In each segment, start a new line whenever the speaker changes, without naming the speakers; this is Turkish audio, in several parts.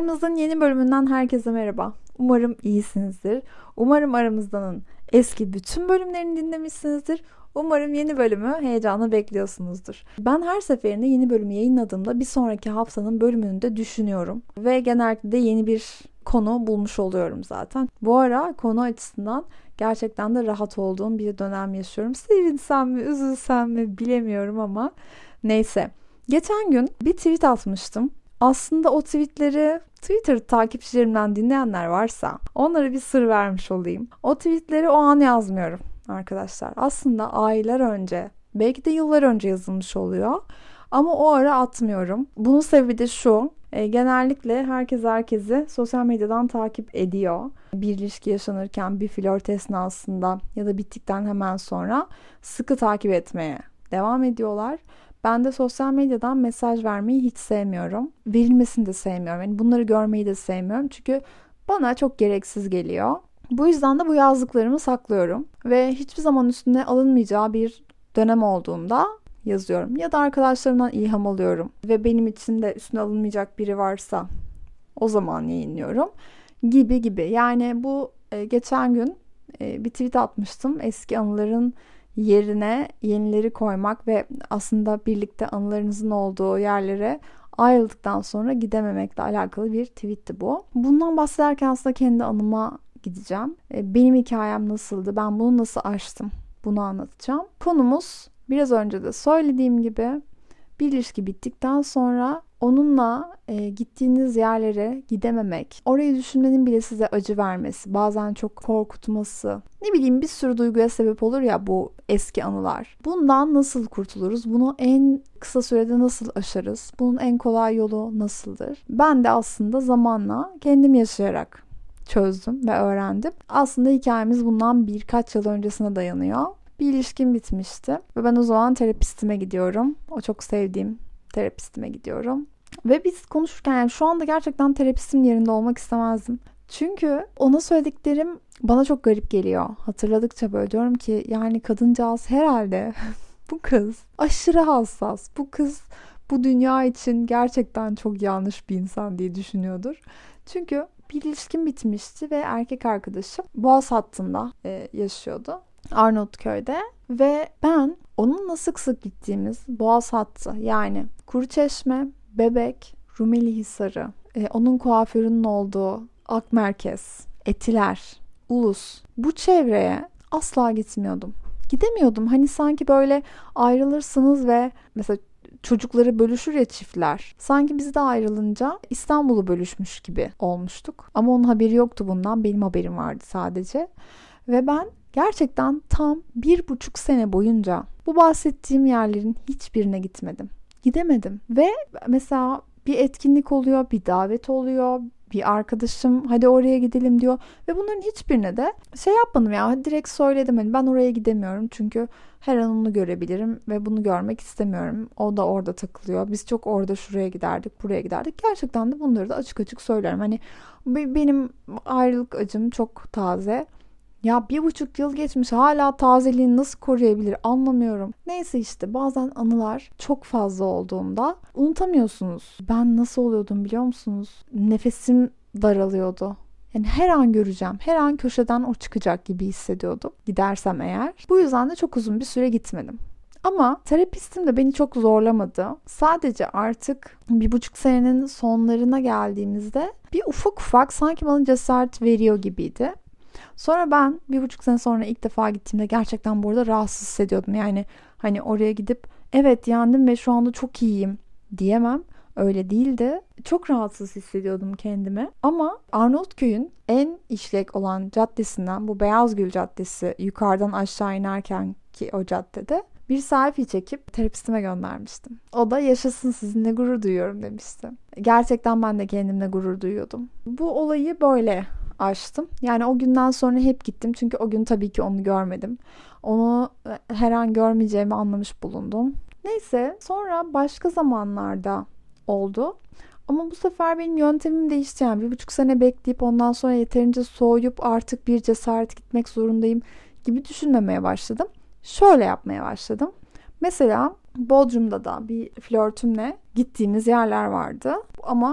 Aramızdan yeni bölümünden herkese merhaba. Umarım iyisinizdir. Umarım Aramızdan'ın eski bütün bölümlerini dinlemişsinizdir. Umarım yeni bölümü heyecanla bekliyorsunuzdur. Ben her seferinde yeni bölümü yayınladığımda bir sonraki haftanın bölümünü de düşünüyorum. Ve genellikle de yeni bir konu bulmuş oluyorum zaten. Bu ara konu açısından gerçekten de rahat olduğum bir dönem yaşıyorum. Sevinsem mi, üzülsem mi bilemiyorum ama neyse. Geçen gün bir tweet atmıştım. Aslında o tweetleri Twitter takipçilerimden dinleyenler varsa onlara bir sır vermiş olayım. O tweetleri o an yazmıyorum arkadaşlar. Aslında aylar önce, belki de yıllar önce yazılmış oluyor. Ama o ara atmıyorum. Bunun sebebi de şu. Genellikle herkes herkesi sosyal medyadan takip ediyor. Bir ilişki yaşanırken, bir flört esnasında ya da bittikten hemen sonra sıkı takip etmeye devam ediyorlar. Ben de sosyal medyadan mesaj vermeyi hiç sevmiyorum. Verilmesini de sevmiyorum. Yani bunları görmeyi de sevmiyorum. Çünkü bana çok gereksiz geliyor. Bu yüzden de bu yazdıklarımı saklıyorum. Ve hiçbir zaman üstüne alınmayacağı bir dönem olduğunda yazıyorum. Ya da arkadaşlarımdan ilham alıyorum. Ve benim için de üstüne alınmayacak biri varsa o zaman yayınlıyorum. Gibi. Yani bu geçen gün bir tweet atmıştım. Eski anıların yerine yenileri koymak ve aslında birlikte anılarınızın olduğu yerlere ayrıldıktan sonra gidememekle alakalı bir tweetti bu. Bundan bahsederken aslında kendi anıma gideceğim. Benim hikayem nasıldı? Ben bunu nasıl aştım? Bunu anlatacağım. Konumuz biraz önce de söylediğim gibi bir ilişki bittikten sonra onunla gittiğiniz yerlere gidememek, orayı düşünmenin bile size acı vermesi, bazen çok korkutması, ne bileyim bir sürü duyguya sebep olur ya bu eski anılar. Bundan nasıl kurtuluruz? Bunu en kısa sürede nasıl aşarız? Bunun en kolay yolu nasıldır? Ben de aslında zamanla kendim yaşayarak çözdüm ve öğrendim. Aslında hikayemiz bundan birkaç yıl öncesine dayanıyor. Bir ilişkim bitmişti ve ben o zaman terapistime gidiyorum. O çok sevdiğim terapistime gidiyorum. Ve biz konuşurken yani şu anda gerçekten terapistin yerinde olmak istemezdim. Çünkü ona söylediklerim bana çok garip geliyor. Hatırladıkça böyle diyorum ki yani kadıncağız herhalde bu kız aşırı hassas. Bu kız bu dünya için gerçekten çok yanlış bir insan diye düşünüyordur. Çünkü bir ilişkim bitmişti ve erkek arkadaşım Boğaz hattında yaşıyordu. Arnavutköy'de ve ben onunla sık sık gittiğimiz Boğaz hattı yani Kuruçeşme, Bebek, Rumelihisarı, onun kuaförünün olduğu Akmerkez, Etiler, Ulus bu çevreye asla gitmiyordum. Gidemiyordum. Hani sanki böyle ayrılırsınız ve mesela çocukları bölüşür ya çiftler. Sanki biz de ayrılınca İstanbul'u bölüşmüş gibi olmuştuk. Ama onun haberi yoktu bundan. Benim haberim vardı sadece. Ve ben gerçekten tam 1,5 sene boyunca bu bahsettiğim yerlerin hiçbirine gitmedim. Gidemedim. Ve mesela bir etkinlik oluyor, bir davet oluyor, bir arkadaşım hadi oraya gidelim diyor. Ve bunların hiçbirine de şey yapmadım ya direkt söyledim. Hani ben oraya gidemiyorum çünkü her an onu görebilirim ve bunu görmek istemiyorum. O da orada takılıyor. Biz çok orada şuraya giderdik, buraya giderdik. Gerçekten de bunları da açık açık söylerim. Hani benim ayrılık acım çok taze. Ya 1,5 yıl geçmiş hala tazeliğini nasıl koruyabilir anlamıyorum. Neyse işte bazen anılar çok fazla olduğunda unutamıyorsunuz. Ben nasıl oluyordum biliyor musunuz? Nefesim daralıyordu. Yani her an göreceğim. Her an köşeden o çıkacak gibi hissediyordum. Gidersem eğer. Bu yüzden de çok uzun bir süre gitmedim. Ama terapistim de beni çok zorlamadı. Sadece artık 1,5 senenin sonlarına geldiğimizde bir ufak sanki bana cesaret veriyor gibiydi. Sonra ben 1,5 sene sonra ilk defa gittiğimde gerçekten bu arada rahatsız hissediyordum. Yani hani oraya gidip evet yendim ve şu anda çok iyiyim diyemem. Öyle değildi. Çok rahatsız hissediyordum kendimi. Ama Arnavutköy'ün en işlek olan caddesinden bu Beyazgül Caddesi yukarıdan aşağı inerken ki o caddede bir selfie çekip terapistime göndermiştim. O da yaşasın sizinle gurur duyuyorum demişti. Gerçekten ben de kendimle gurur duyuyordum. Bu olayı böyle aştım. Yani o günden sonra hep gittim. Çünkü o gün tabii ki onu görmedim. Onu her an görmeyeceğimi anlamış bulundum. Neyse sonra başka zamanlarda oldu. Ama bu sefer benim yöntemim değişti. Yani 1,5 sene bekleyip ondan sonra yeterince soğuyup artık bir cesaret gitmek zorundayım gibi düşünmemeye başladım. Şöyle yapmaya başladım. Mesela Bodrum'da da bir flörtümle gittiğimiz yerler vardı. Ama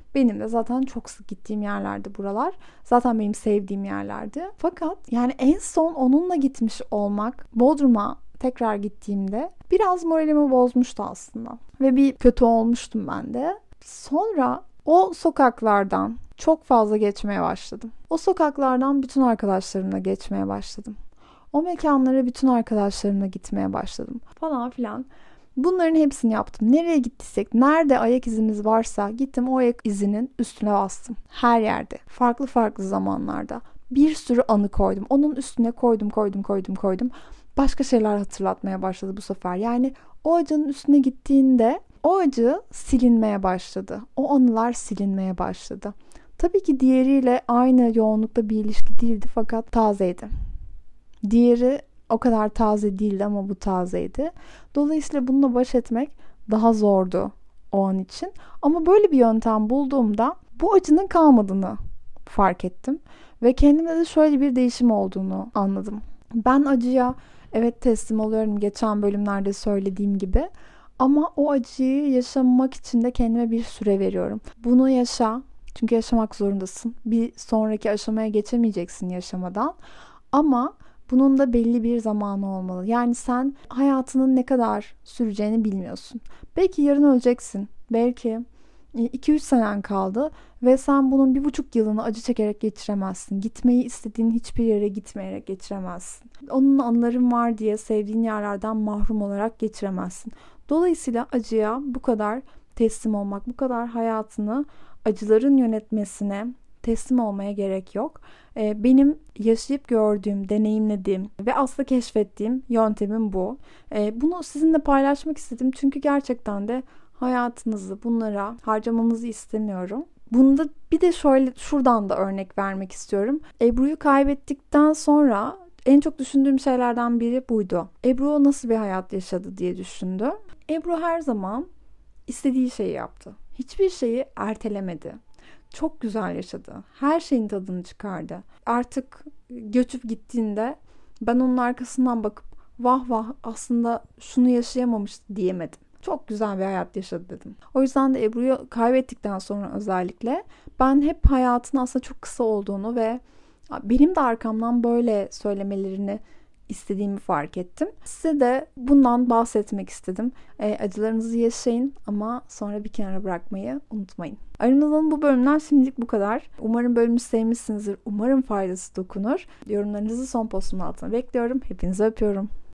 Benim de zaten çok sık gittiğim yerlerdi buralar. Zaten benim sevdiğim yerlerdi. Fakat yani en son onunla gitmiş olmak, Bodrum'a tekrar gittiğimde biraz moralimi bozmuştu aslında. Ve bir kötü olmuştum ben de. Sonra o sokaklardan çok fazla geçmeye başladım. O sokaklardan bütün arkadaşlarımla geçmeye başladım. O mekanlara bütün arkadaşlarımla gitmeye başladım falan filan. Bunların hepsini yaptım. Nereye gittiysek, nerede ayak izimiz varsa gittim o ayak izinin üstüne bastım. Her yerde, farklı farklı zamanlarda bir sürü anı koydum. Onun üstüne koydum. Başka şeyler hatırlatmaya başladı bu sefer. Yani o acının üstüne gittiğinde o acı silinmeye başladı. O anılar silinmeye başladı. Tabii ki diğeriyle aynı yoğunlukta bir ilişki değildi fakat tazeydi. Diğeri o kadar taze değildi ama bu tazeydi. Dolayısıyla bununla baş etmek daha zordu o an için. Ama böyle bir yöntem bulduğumda bu acının kalmadığını fark ettim. Ve kendimde de şöyle bir değişim olduğunu anladım. Ben acıya evet teslim oluyorum, geçen bölümlerde söylediğim gibi. Ama o acıyı yaşamak için de kendime bir süre veriyorum. Bunu yaşa. Çünkü yaşamak zorundasın. Bir sonraki aşamaya geçemeyeceksin yaşamadan. Ama bunun da belli bir zamanı olmalı. Yani sen hayatının ne kadar süreceğini bilmiyorsun. Belki yarın öleceksin. Belki 2-3 senen kaldı ve sen bunun 1,5 yılını acı çekerek geçiremezsin. Gitmeyi istediğin hiçbir yere gitmeyerek geçiremezsin. Onun anıların var diye sevdiğin yerlerden mahrum olarak geçiremezsin. Dolayısıyla acıya bu kadar teslim olmak, bu kadar hayatını acıların yönetmesine teslim olmaya gerek yok. Benim yaşayıp gördüğüm, deneyimlediğim ve aslında keşfettiğim yöntemim bu. Bunu sizinle paylaşmak istedim çünkü gerçekten de hayatınızı bunlara harcamanızı istemiyorum. Bunda bir de şuradan da örnek vermek istiyorum. Ebru'yu kaybettikten sonra en çok düşündüğüm şeylerden biri buydu. Ebru nasıl bir hayat yaşadı diye düşündüm. Ebru her zaman istediği şeyi yaptı. Hiçbir şeyi ertelemedi. Çok güzel yaşadı. Her şeyin tadını çıkardı. Artık göçüp gittiğinde ben onun arkasından bakıp vah vah aslında şunu yaşayamamıştı diyemedim. Çok güzel bir hayat yaşadı dedim. O yüzden de Ebru'yu kaybettikten sonra özellikle ben hep hayatın aslında çok kısa olduğunu ve benim de arkamdan böyle söylemelerini istediğimi fark ettim. Size de bundan bahsetmek istedim. Acılarınızı yaşayın ama sonra bir kenara bırakmayı unutmayın. Aranızdan bu bölümden şimdilik bu kadar. Umarım bölümü sevmişsinizdir. Umarım faydası dokunur. Yorumlarınızı son postumun altına bekliyorum. Hepinizi öpüyorum.